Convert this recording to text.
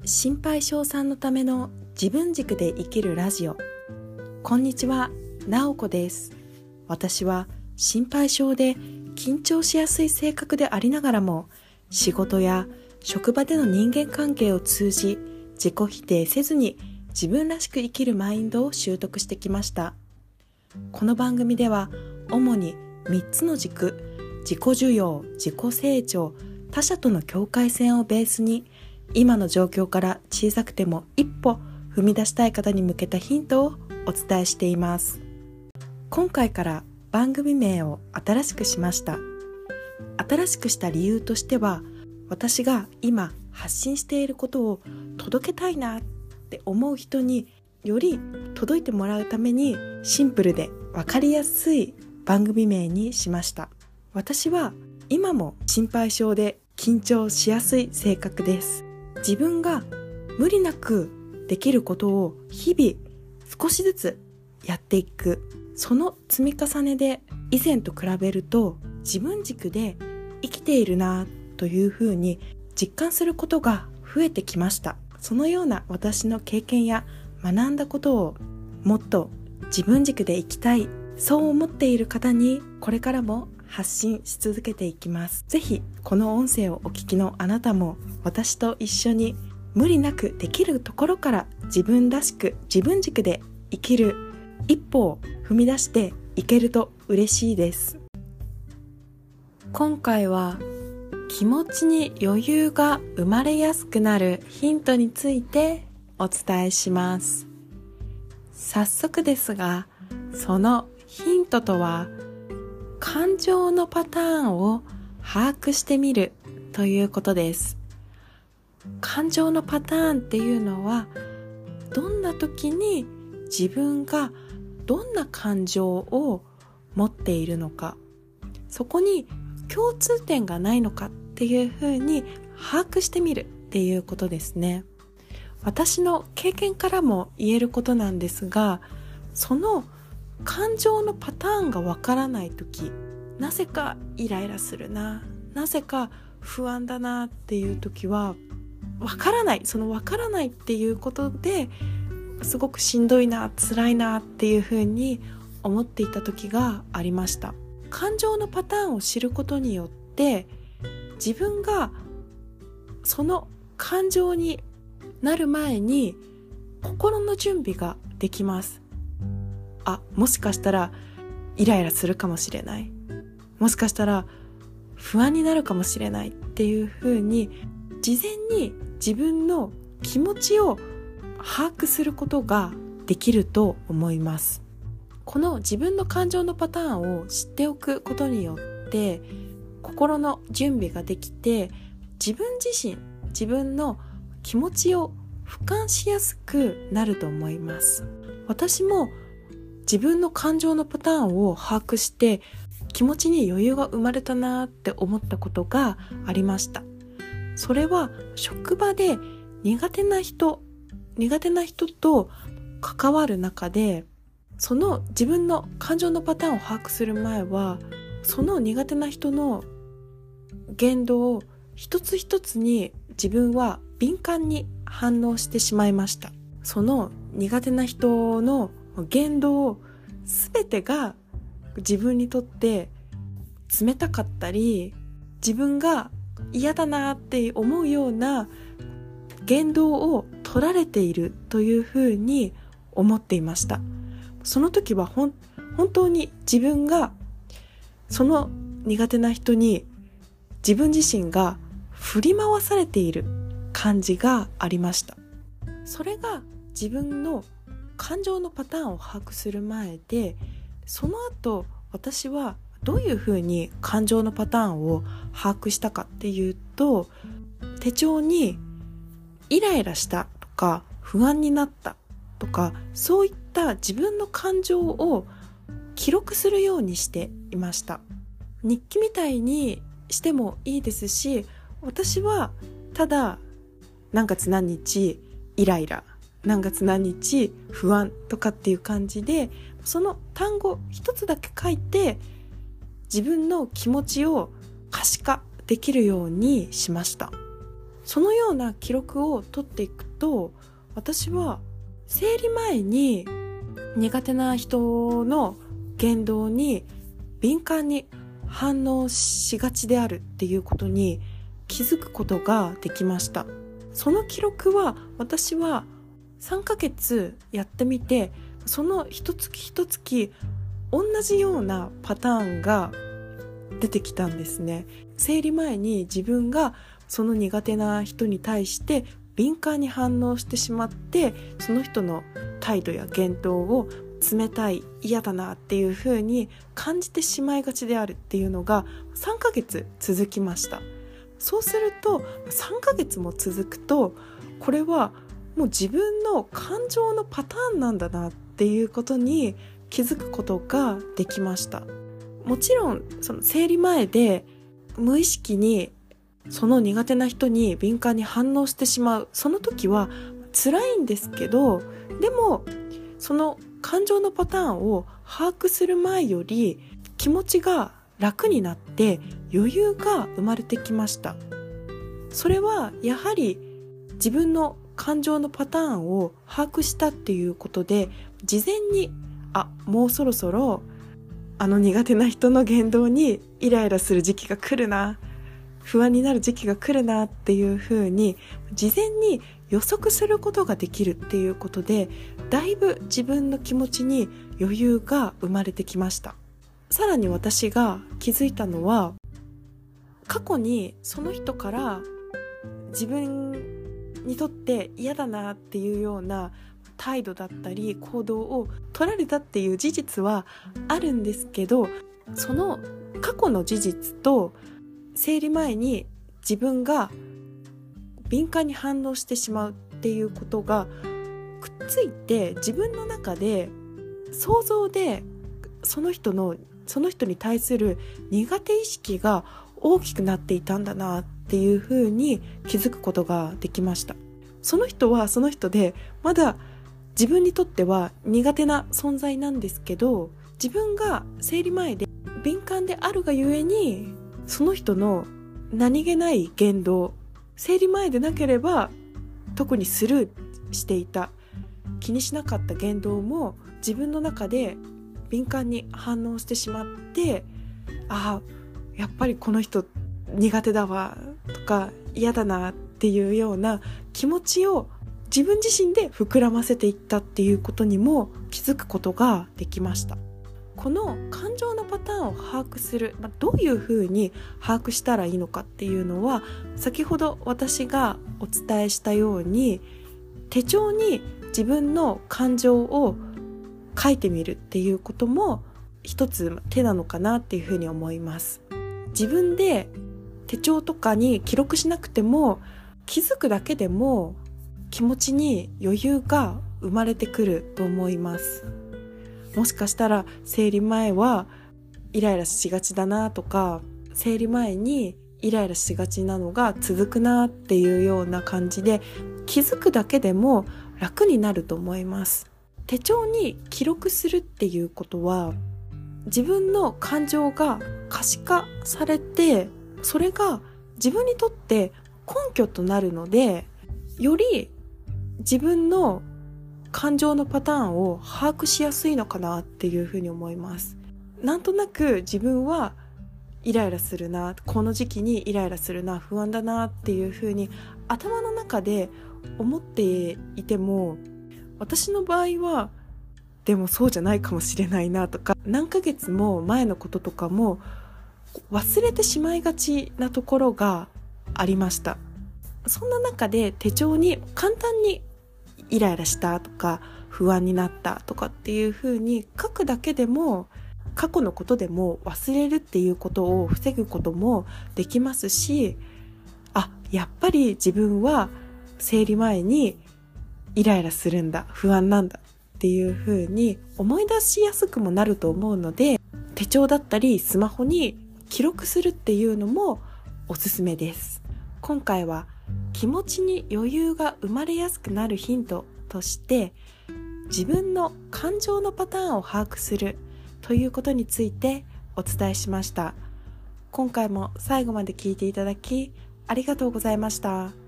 心配性さんのための自分軸で生きるラジオ。こんにちは、なおこです。私は心配性で緊張しやすい性格でありながらも、仕事や職場での人間関係を通じ自己否定せずに自分らしく生きるマインドを習得してきました。この番組では主に3つの軸、自己需要、自己成長、他者との境界線をベースに、今の状況から小さくても一歩踏み出したい方に向けたヒントをお伝えしています。今回から番組名を新しくしました。新しくした理由としては、私が今発信していることを届けたいなって思う人により届いてもらうために、シンプルで分かりやすい番組名にしました。私は今も心配性で緊張しやすい性格です。自分が無理なくできることを日々少しずつやっていく。その積み重ねで以前と比べると自分軸で生きているなというふうに実感することが増えてきました。そのような私の経験や学んだことをもっと自分軸で生きたい、そう思っている方にこれからも発信し続けていきます。ぜひこの音声をお聞きのあなたも私と一緒に無理なくできるところから自分らしく自分軸で生きる一歩を踏み出していけると嬉しいです。今回は気持ちに余裕が生まれやすくなるヒントについてお伝えします。早速ですが、そのヒントとは感情のパターンを把握してみるということです。感情のパターンっていうのは、どんな時に自分がどんな感情を持っているのか、そこに共通点がないのかっていうふうに把握してみるっていうことですね。私の経験からも言えることなんですが、その感情のパターンがわからないとき、なぜかイライラするな、なぜか不安だなっていうときはわからない、そのわからないっていうことですごくしんどいな、辛いなっていうふうに思っていたときがありました。感情のパターンを知ることによって、自分がその感情になる前に心の準備ができます。もしかしたらイライラするかもしれない、もしかしたら不安になるかもしれないっていうふうに、事前に自分の気持ちを把握することができると思います。この自分の感情のパターンを知っておくことによって心の準備ができて、自分自身、自分の気持ちを俯瞰しやすくなると思います。私も自分の感情のパターンを把握して気持ちに余裕が生まれたなって思ったことがありました。それは職場で苦手な人と関わる中で、その自分の感情のパターンを把握する前は、その苦手な人の言動を一つ一つに自分は敏感に反応してしまいました。その苦手な人の言動全てが自分にとって冷たかったり、自分が嫌だなって思うような言動を取られているというふうに思っていました。その時は本当に自分がその苦手な人に自分自身が振り回されている感じがありました。それが自分の感情のパターンを把握する前で、その後私はどういうふうに感情のパターンを把握したかっていうと、手帳にイライラしたとか不安になったとか、そういった自分の感情を記録するようにしていました。日記みたいにしてもいいですし、私はただ何月何日イライラ、何月何日不安とかっていう感じで、その単語一つだけ書いて自分の気持ちを可視化できるようにしました。 そのような記録を取っていくと、私は生理前に苦手な人の言動に敏感に反応しがちであるっていうことに気づくことができました。その記録は私は3ヶ月やってみて、その一月一月同じようなパターンが出てきたんですね。生理前に自分がその苦手な人に対して敏感に反応してしまって、その人の態度や言動を冷たい、嫌だなっていう風に感じてしまいがちであるっていうのが3ヶ月続きました。そうすると3ヶ月も続くと、これはもう自分の感情のパターンなんだなっていうことに気づくことができました。もちろんその生理前で無意識にその苦手な人に敏感に反応してしまう、その時は辛いんですけど、でもその感情のパターンを把握する前より気持ちが楽になって余裕が生まれてきました。それはやはり自分の感情のパターンを把握したっていうことで、事前にもうそろそろあの苦手な人の言動にイライラする時期が来るな、不安になる時期が来るなっていうふうに事前に予測することができるっていうことで、だいぶ自分の気持ちに余裕が生まれてきました。さらに私が気づいたのは、過去にその人から自分にとって嫌だなっていうような態度だったり行動を取られたっていう事実はあるんですけど、その過去の事実と生理前に自分が敏感に反応してしまうっていうことがくっついて、自分の中で想像でその人に対する苦手意識が大きくなっていたんだなっていうふうに気づくことができました。その人はその人でまだ自分にとっては苦手な存在なんですけど、自分が生理前で敏感であるがゆえに、その人の何気ない言動、生理前でなければ特にスルーしていた、気にしなかった言動も自分の中で敏感に反応してしまって、やっぱりこの人苦手だわとか嫌だなっていうような気持ちを自分自身で膨らませていったっていうことにも気づくことができました。この感情のパターンを把握する、どういうふうに把握したらいいのかっていうのは、先ほど私がお伝えしたように手帳に自分の感情を書いてみるっていうことも一つ手なのかなっていうふうに思います。自分で手帳とかに記録しなくても、気づくだけでも気持ちに余裕が生まれてくると思います。もしかしたら生理前はイライラしがちだなとか、生理前にイライラしがちなのが続くなっていうような感じで気づくだけでも楽になると思います。手帳に記録するっていうことは、自分の感情が可視化されて、それが自分にとって根拠となるので、より自分の感情のパターンを把握しやすいのかなっていうふうに思います。なんとなく自分はイライラするな、この時期にイライラするな、不安だなっていうふうに頭の中で思っていても、私の場合はでもそうじゃないかもしれないなとか、何ヶ月も前のこととかも忘れてしまいがちなところがありました。そんな中で手帳に簡単にイライラしたとか不安になったとかっていう風に書くだけでも、過去のことでも忘れるっていうことを防ぐこともできますし、やっぱり自分は生理前にイライラするんだ、不安なんだっていう風に思い出しやすくもなると思うので、手帳だったりスマホに記録するっていうのもおすすめです。今回は気持ちに余裕が生まれやすくなるヒントとして、自分の感情のパターンを把握するということについてお伝えしました。今回も最後まで聞いていただきありがとうございました。